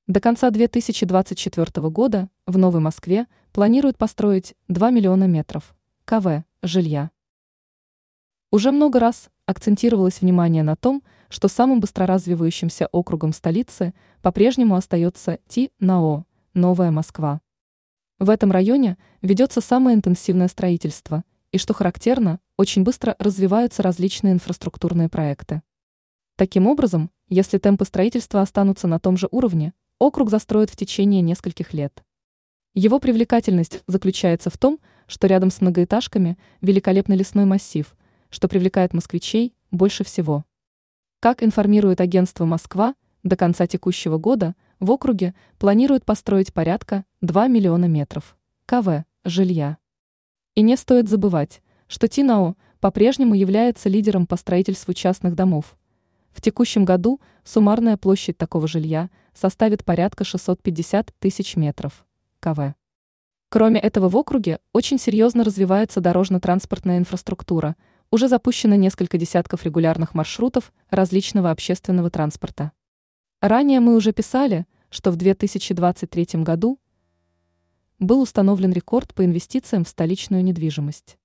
До конца 2024 года в Новой Москве планируют построить 2 миллиона метров КВ жилья. Уже много раз акцентировалось внимание на том, что самым быстроразвивающимся округом столицы по-прежнему остается ТИ-НАО «Новая Москва». В этом районе ведется самое интенсивное строительство, и, что характерно, очень быстро развиваются различные инфраструктурные проекты. Таким образом, если темпы строительства останутся на том же уровне, округ застроят в течение нескольких лет. Его привлекательность заключается в том, что рядом с многоэтажками великолепный лесной массив, что привлекает москвичей больше всего. Как информирует агентство «Москва», до конца текущего года в округе планируют построить порядка 2 миллиона метров КВ жилья. И не стоит забывать, что ТИ-НАО по-прежнему является лидером по строительству частных домов. В текущем году суммарная площадь такого жилья составит порядка 650 тысяч метров КВ. Кроме этого, в округе очень серьезно развивается дорожно-транспортная инфраструктура, уже запущено несколько десятков регулярных маршрутов различного общественного транспорта. Ранее мы уже писали, что в 2023 году был установлен рекорд по инвестициям в столичную недвижимость.